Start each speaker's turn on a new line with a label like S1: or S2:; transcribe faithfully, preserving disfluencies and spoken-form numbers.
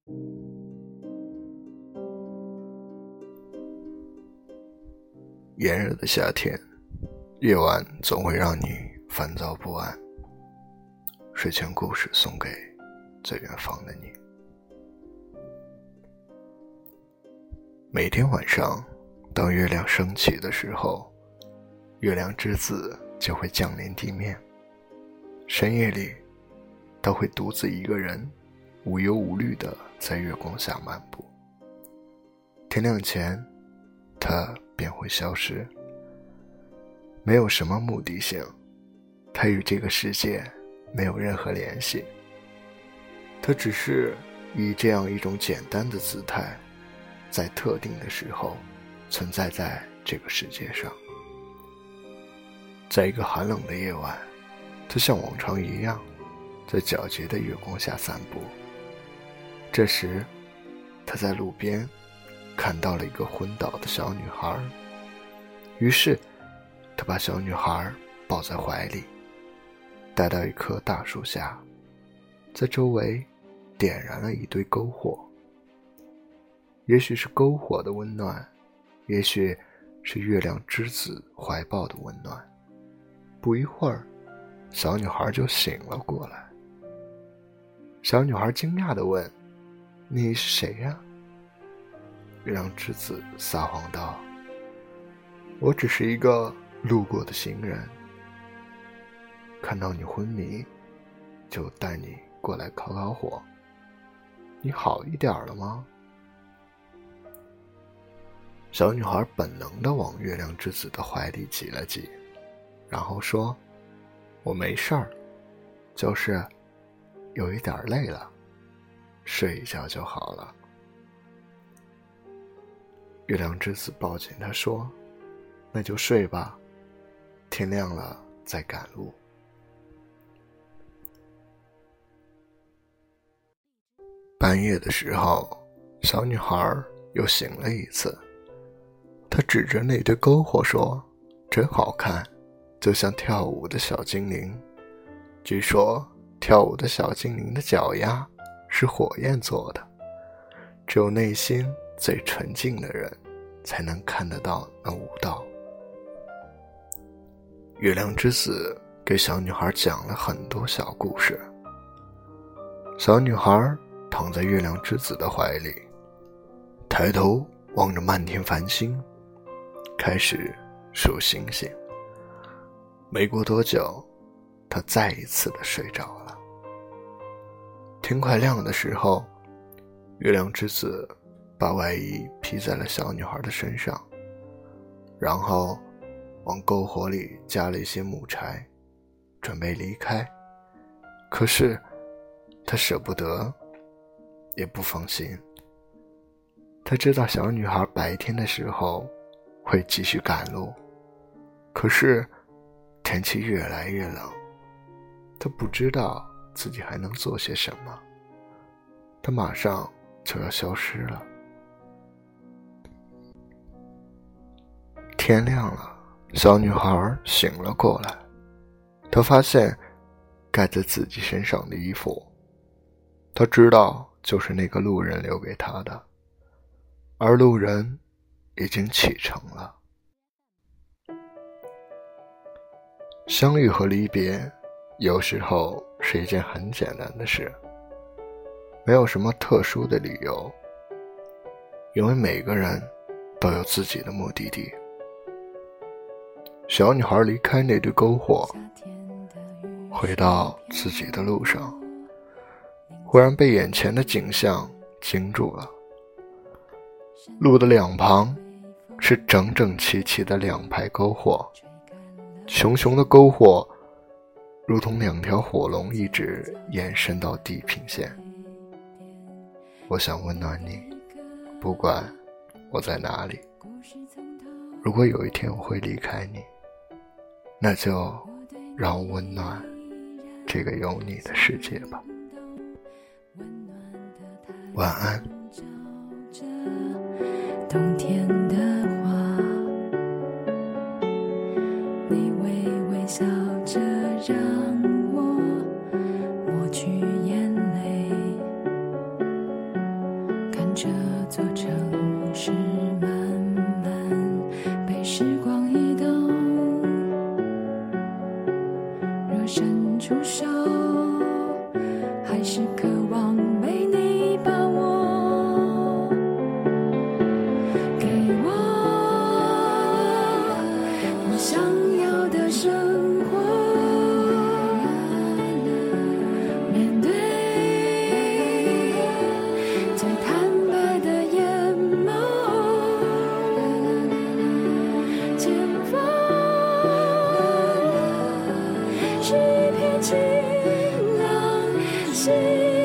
S1: 炎热的夏天，夜晚总会让你烦躁不安。睡前故事送给最远方的你。每天晚上，当月亮升起的时候，月亮之子就会降临地面。深夜里，他会独自一个人，无忧无虑地在月光下漫步。天亮前，他便会消失。没有什么目的性，他与这个世界没有任何联系。他只是以这样一种简单的姿态，在特定的时候存在在这个世界上。在一个寒冷的夜晚，他像往常一样在皎洁的月光下散步。这时，他在路边看到了一个昏倒的小女孩，于是他把小女孩抱在怀里，带到一棵大树下，在周围点燃了一堆篝火。也许是篝火的温暖，也许是月亮之子怀抱的温暖。不一会儿，小女孩就醒了过来。小女孩惊讶地问：“你是谁呀？”月亮之子撒谎道：“我只是一个路过的行人，看到你昏迷，就带你过来烤烤火。你好一点了吗？”小女孩本能地往月亮之子的怀里挤了挤，然后说：“我没事儿，就是有一点累了，睡一觉就好了。”月亮之子抱紧她说：“那就睡吧，天亮了再赶路。”半夜的时候，小女孩又醒了一次，她指着那堆篝火说：“真好看，就像跳舞的小精灵。据说跳舞的小精灵的脚丫是火焰做的，只有内心最纯净的人才能看得到那舞蹈。”月亮之子给小女孩讲了很多小故事。小女孩躺在月亮之子的怀里，抬头望着漫天繁星，开始数星星。没过多久，她再一次的睡着了。天快亮的时候，月亮之子把外衣披在了小女孩的身上，然后往篝火里加了一些木柴，准备离开。可是他舍不得，也不放心。他知道小女孩白天的时候会继续赶路，可是天气越来越冷，他不知道自己还能做些什么。他马上就要消失了。天亮了，小女孩醒了过来，她发现盖在自己身上的衣服，她知道就是那个路人留给她的，而路人已经启程了。相遇和离别有时候是一件很简单的事，没有什么特殊的理由，因为每个人都有自己的目的地。小女孩离开那堆篝火，回到自己的路上，忽然被眼前的景象惊住了。路的两旁是整整齐齐的两排篝火，熊熊的篝火如同两条火龙，一直延伸到地平线。我想温暖你，不管我在哪里。如果有一天我会离开你，那就让我温暖这个有你的世界吧。晚安。
S2: 冬天的花，你微微笑着让我抹去眼泪。 座城市慢慢被时光移动，若伸出手，还是渴望被你把握，给我我想要的生活，面对最坦白的眼眸，前方是一片晴朗。